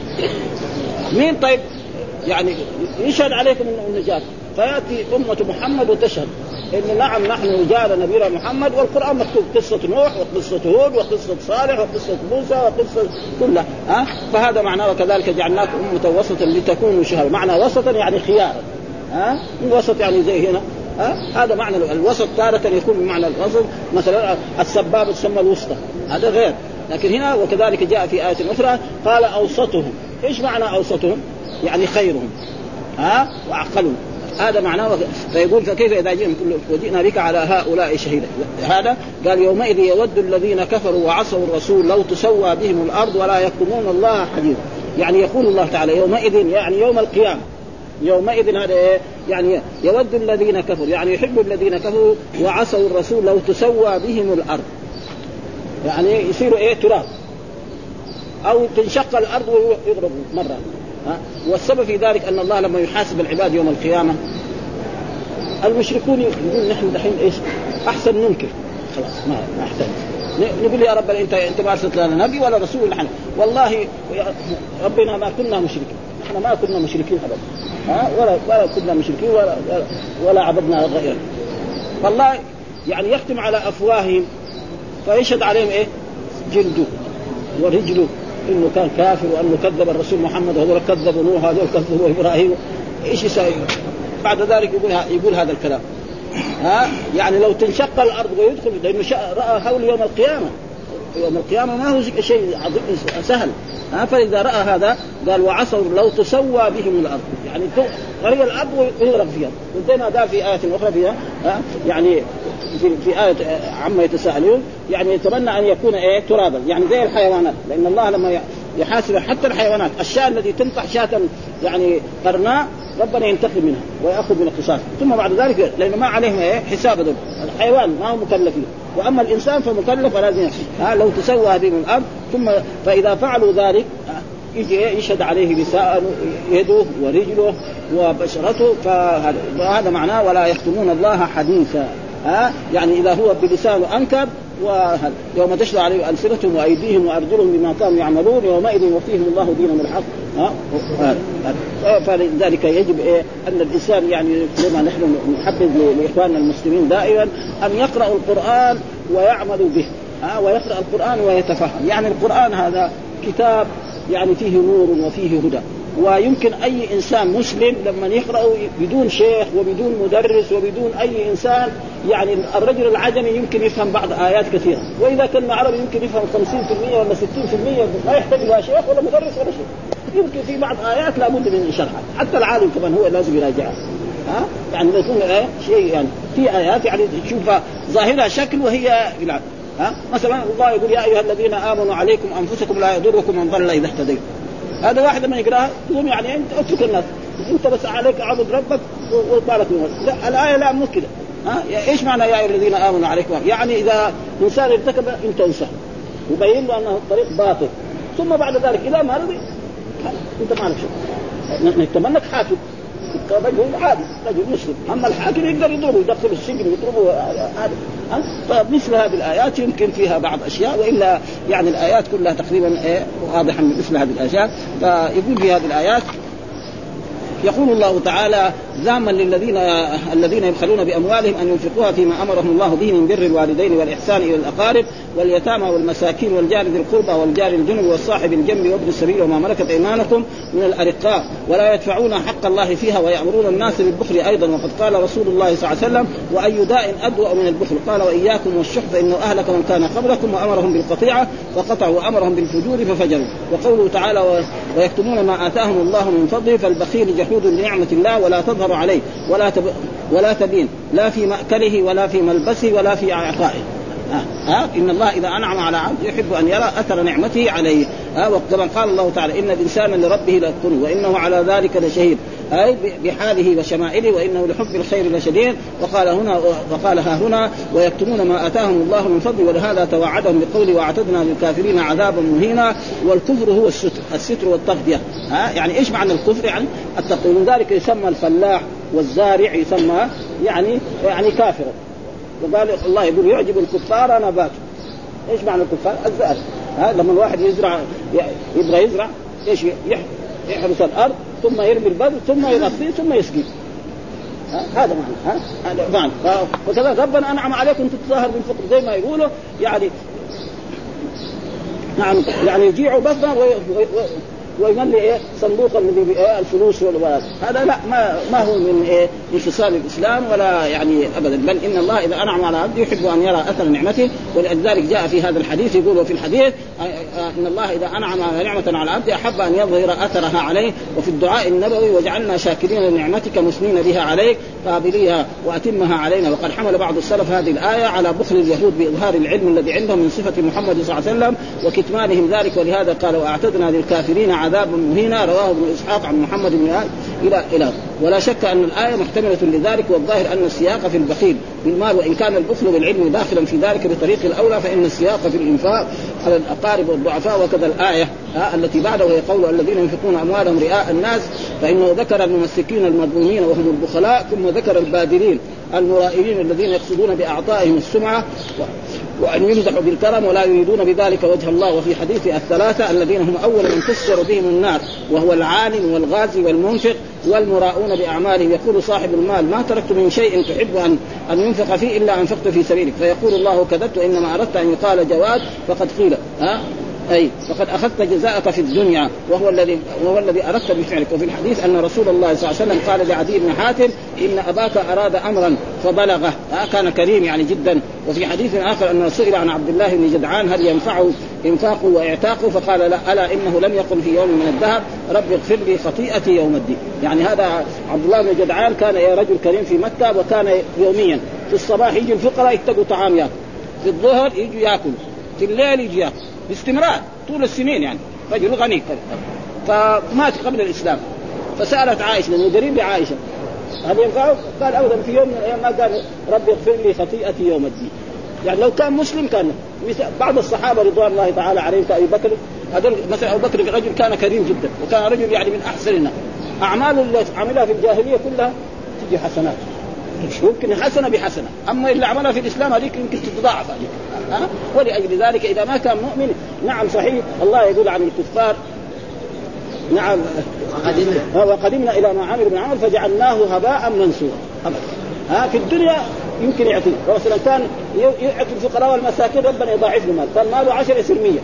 مين طيب يعني يشهد عليكم النجاة؟ فيأتي أمة محمد وتشهد إن نعم نحن جاءنا نبينا محمد، والقرآن مكتوب قصة نوح وقصة هود وقصة صالح وقصة موسى وقصة كلها فهذا معناه وكذلك جعلناكم أمة وسطا لتكونوا شهداء. معنى وسطا يعني خيارا وسط يعني زي هنا هذا معنى الوسط. تارة يكون بمعنى الوسط، مثلا السبابة تسمى الوسطى هذا غير، لكن هنا وكذلك جاء في آية أخرى قال أوسطهم. إيش معنى أوسطهم؟ يعني خيرهم وأعقلهم، هذا معناه. فيقول فكيف إذا وجئنا بك على هؤلاء شهيدا. هذا قال يومئذ يود الذين كفروا وعصوا الرسول لو تسوى بهم الأرض ولا يكتمون الله حديثا. يعني يقول الله تعالى يومئذ يعني يوم القيامة، يومئذ هذا يعني يود الذين كفروا يعني يحب الذين كفروا وعصوا الرسول لو تسوى بهم الأرض، يعني يصيروا تراب أو تنشق الأرض ويضربوا مرة. والسبب في ذلك أن الله لما يحاسب العباد يوم القيامة المشركون يقول نحن دحين إيش أحسن ننكر خلاص ما أحسن نقول يا رب أنت ما أرسلت لنا نبي ولا رسول نحن والله ربنا ما كنا مشركين، نحن ما كنا مشركين أبدا ولا كنا مشركين ولا عبدنا غيره. فالله يعني يختم على أفواههم فيشهد عليهم جلده ورجله إنه كان كافر وأنه كذب الرسول محمد وهذول كذبوا نوح وهذول كذبوا إبراهيم. إيش يسوي بعد ذلك؟ يقول هذا الكلام يعني لو تنشق الأرض ويدخل لأنه رأى حول يوم القيامة. يوم القيامة ما هو شيء سهل فإذا رأى هذا قال وعصوا لو تسوى بهم الأرض يعني غريب الأرض ويغرق فيها. وانتهينا هذا في آية أخرى فيها يعني في آية عما يتساءلون يعني يتمنى أن يكون ترابا يعني زي الحيوانات، لأن الله لما يحاسب حتى الحيوانات الشاة التي تنطح شاة يعني قرناء ربنا ينتقم منها ويأخذ من القصاص ثم بعد ذلك لأنه ما عليهم حساب دول. الحيوان ما هو مكلفين وأما الإنسان فمكلف فلازم لو تسوى بهم الأرض ثم فإذا فعلوا ذلك يجي يشهد عليه لسانه يده ورجله وبشرته. فهذا معناه ولا يكتمون الله حديثا يعني إذا هو بلسانه أنكر ويوم تشهد عليه ألسنتهم وأيديهم وأرجلهم بما كانوا يعملون يومئذ يوفيهم الله دينهم الحق. فلذلك يجب أن الإنسان يعني كما نحن نحبذ لإخواننا المسلمين دائما أن يقرأوا القرآن ويعملوا به ويقرأ القرآن ويتفهم. يعني القرآن هذا كتاب يعني فيه نور وفيه هدى، ويمكن أي إنسان مسلم لما يقرأه بدون شيخ وبدون مدرس وبدون أي إنسان يعني الرجل العجمي يمكن يفهم بعض آيات كثيرة، وإذا كان عربي يمكن يفهم 50% ولا 60% ما يحتاج لا شيخ ولا مدرس ولا شيء. يمكن في بعض آيات لابد من شرحها، حتى العالم كمان هو لازم يراجعها يعني يكون شيء يعني في آيات يعني تشوفها ظاهرها شكل وهي مثلا الله يقول يا أيها الذين آمنوا عليكم أنفسكم لا يضركم من ضل إذا اهتديتم. هذا واحد لما يقرأها يقول يعني أنت أترك الناس أنت بس عليك عبد ربك وبالك لا الآية لا مو كده. إيش معنى يا أيها الذين آمنوا عليكم؟ يعني إذا إنسان ارتكب أنت انسى وبين له أنه الطريق باطل ثم بعد ذلك إذا ما رضي أنت ما لك شيء. نتمنى حاكم رجل عادي رجل مسلم، أما الحاكم يقدر يضربه يدخل السجن يضربه هذا. فمثل هذه الآيات يمكن فيها بعض أشياء وإلا يعني الآيات كلها تقريبا واضحة من مثل هذه الأشياء. فيقول في هذه الآيات يقول الله تعالى ذاما الذين يبخلون بأموالهم أن ينفقوها فيما أمرهم الله به من بر الوالدين والإحسان إلى الأقارب واليتامى والمساكين والجار ذي القربى والجار الجنب والصاحب الجنب وابن السبيل وما ملكت أيمانكم من الأرقاء ولا يدفعون حق الله فيها ويأمرون الناس بالبخل أيضا. وقد قال رسول الله صلى الله عليه وسلم وأي داء أدوأ من البخل؟ قال وإياكم والشح فإنه أهلك من كان قبلكم وأمرهم بالقطيعة فقطعوا وأمرهم بالفجور ففجروا. وقوله تعالى ويكتمون ما آتاهم الله من فضله فالبخيل جحود لنعمة الله ولا تظهر عليه ولا تبين لا في مأكله ولا في ملبسه ولا في عطائه. إن الله إذا أنعم على عبد يحب أن يرى أثر نعمته عليه. وكما قال الله تعالى إن الإنسان لربه لكنود وإنه على ذلك لشهيد، أي بحاله وشمائله، وإنه لحب الخير لشديد. وقال ها هنا ويكتمون ما آتاهم الله من فضل، ولهذا توعدهم بقوله واعتدنا للكافرين عذابا مهينا. والكفر هو الستر والتغطية. يعني إيش معنى الكفر؟ يعني التغطية. لذلك يسمى الفلاح والزارع يسمى يعني كافرا. وقال الله يقول يعجب الكفار نباته. إيش معنى الكفار؟ الزارع. لما الواحد يبغى يزرع إيش يحرس الأرض ثم يرمي البذر ثم يغطيه ثم يسقيه. هذا معنى. هذا معنى. وكذا ربنا أنعم عليكم تتظاهر بالفقر زي ما يقولوا يعني يجيعوا بطنا ويملي صندوق الفلوس والولاد. هذا لا ما هو من انفصال الإسلام ولا يعني أبدا، بل إن الله إذا أنعم على عبده يحب أن يرى أثر نعمته. ولذلك جاء في هذا الحديث يقول في الحديث إن الله إذا أنعم نعمة على عبده أحب أن يظهر أثرها عليه. وفي الدعاء النبوي وجعلنا شاكرين لنعمتك مثنين بها عليك قابليها وأتمها علينا. وقد حمل بعض السلف هذه الآية على بخل اليهود بإظهار العلم الذي عندهم من صفة محمد صلى الله عليه وسلم وكتمانهم ذلك، ولهذا قال وأعتدنا للكافرين عذاب مهينا. رواه ابن إسحاق عن محمد بن إلى. ولا شك أن الآية محتملة لذلك، والظاهر أن السياق في البخيل بالمال، وإن كان البخل بالعلم داخلا في ذلك بطريق الأولى، فإن السياق في الإنفاق على الأقارب والضعفاء. وكذا الآية التي بعده وهي قول الذين ينفقون أموالهم رئاء الناس، فإنه ذكر الممسكين المظلومين وهم البخلاء، ثم ذكر البادرين المرائين الذين يقصدون بأعطائهم السمعة وأن يمدحوا بالكرم ولا يريدون بذلك وجه الله. وفي حديث الثلاثة الذين هم أول من تسر بهم النار، وهو العالم والغازي والمنفق والمراؤون بأعمالهم. يقول صاحب المال ما تركت من شيء تحب أن ينفق فيه إلا أنفقت في سبيلك، فيقول الله كذبت إنما أردت أن يقال جواد فقد قيل أي فقد أخذت جزاءك في الدنيا وهو الذي أردت بفعلك. وفي الحديث أن رسول الله صلى الله عليه وسلم قال لعدي بن حاتم إن أباك أراد أمرا فبلغه، كان كريم يعني جدا. وفي حديث آخر أن سئل عن عبد الله بن جدعان هل ينفعه إنفاقه وإعتاقه، فقال لا ألا إنه لم يقل في يوم من الدهر رب اغفر لي خطيئتي يوم الدين. يعني هذا عبد الله بن جدعان كان رجل كريم في مكة، وكان يوميا في الصباح يجي الفقراء يتقوا طعام يأكل، في الظهر يجوا يأكل، في الليل يجي يأكل باستمرار طول السنين. يعني رجل غني فمات قبل الإسلام. فسألت عائشة المدرين بعائشة هل ينفعه؟ قال أولا في يوم من الأيام ما قال رب اغفر لي خطيئتي يوم الدين. يعني لو كان مسلم كان بعض الصحابة رضوان الله تعالى عليهم كأبي بكر، هذول مثلا أبو بكر رجل كان كريم جدا، وكان رجل يعني من أحسننا. أعماله اللي عملها في الجاهلية كلها تجي حسنات، يمكن حسنة بحسنة، أما اللي عملها في الإسلام هذيك يمكن تتضاعف هذيك. ولأجل ذلك إذا ما كان مؤمن نعم صحيح الله يقول عن الكفار نعم وقدمنا إلى ما عملوا من عمل فجعلناه هباء منثورا. في الدنيا يمكن يعطي مثلا كان يعطي الفقراء والمساكين ربنا يضاعف له مال، كان ماله 10 يصير 100،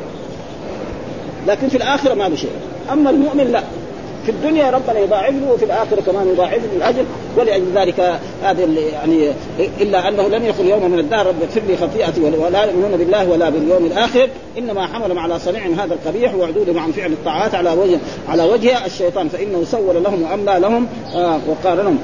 لكن في الآخرة ما بشيء. أما المؤمن لا، في الدنيا ربنا يضاعف له وفي الآخرة كمان يضاعف له الأجر. ولأجل ذلك هذا يعني إلا أنه لم يقل يوم من الدهر رب اغفر لي خطيئتي ولا يؤمنون بالله ولا باليوم الآخر، إنما حملهم على صنيعهم هذا القبيح وعدودهم عن فعل الطاعات على وجه الشيطان، فإنه سول لهم وأملى لهم وقال لهم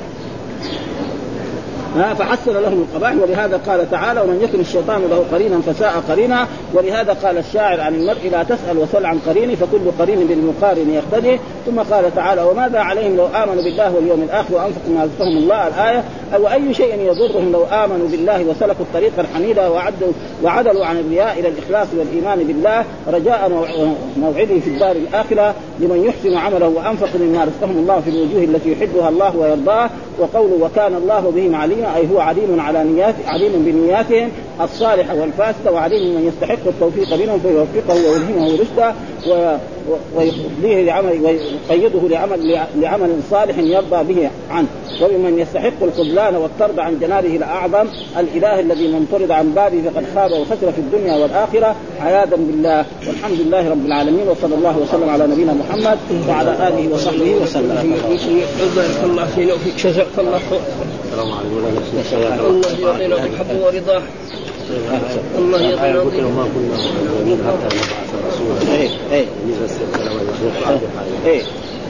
فحسن لهم القبائح. ولهذا قال تعالى ومن يكن الشيطان له قرينا فساء قرينا. ولهذا قال الشاعر عن المرء لا تسأل وسل عن قرينه فكل قرين بالمقارن يقتدي. ثم قال تعالى وماذا عليهم لو آمنوا بالله واليوم الآخر وأنفقوا ما رزقهم الله الآية. أي شيء يضرهم لو آمنوا بالله وسلكوا الطريق الحميدة وعدلوا عن الرياء إلى الإخلاص والإيمان بالله رجاء موعده في الدار الآخرة لمن يحسن عمله وأنفق مما رزقهم الله في الوجوه التي يحبها الله ويرضاه. وقوله وكان الله بهم عليما أي هو عليم بنياتهم الصالحة والفاسدة وعليم من يستحق التوفيق منهم فيوفقه ويلهمه رشدا ويقضيه لعمل ويقيده لعمل صالح يرضى به عنه. ومن يستحق الخذلان والطرد عن جنابه الأعظم الإله الذي من طرد عن بابه فقد خاب وخسر في الدنيا والآخرة عياذا بالله. والحمد لله رب العالمين وصلى الله وسلم على نبينا محمد وعلى آله وصحبه وسلم. الله فينا وفيك جزاك الله خير. السلام عليكم. الله يعطينا بحبه ورضاه. الله يعطينا وما كنا حتى نبعث رسولا.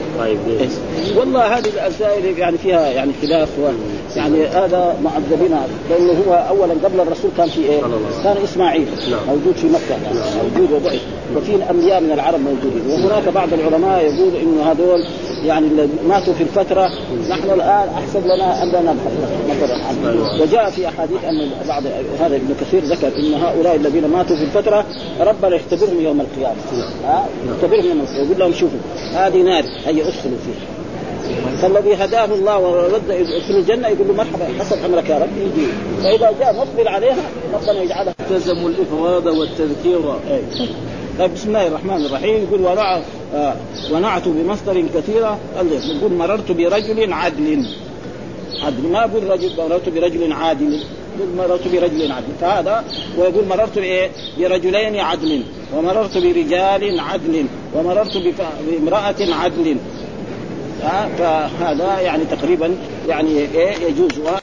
طيب والله هذه الأسائل يعني فيها يعني خلاف، يعني هذا معذبين، لأنه هو أولا قبل الرسول كان في إيه؟ كان إسماعيل موجود في مكة، موجود وضعف، وفي الأنبياء من العرب موجودين، وهناك بعض العلماء يقول إنه هذول يعني اللي ماتوا في الفترة نحن الآن أحسن لنا أن لا نبحث مثلا. وجاء في أحاديث أن بعض هذا ابن كثير ذكر إن هؤلاء الذين ماتوا في الفترة ربنا يختبرهم يوم القيامة، يختبرهم يوم القيامة، يقول لهم شوفوا هذه نار هي أدخلوا فيها، فالذي هداه الله ورد يدخل الجنة يقول له مرحبا حسب أمرك يا رب يجي، فإذا جاء مقبل عليها ربنا يجعلها التزموا الإفراد والتذكير. طيب بسم الله الرحمن الرحيم. يقول ونعت بمصدر كثيرة، يقول مررت برجل عدل، ما أقول رجل مررت برجل عادل، يقول مررت برجل عدل، فهذا ويقول مررت برجلين عدل، ومررت برجال عدل، ومررت بامرأة عدل، فهذا يعني تقريبا يعني إيه يجوز.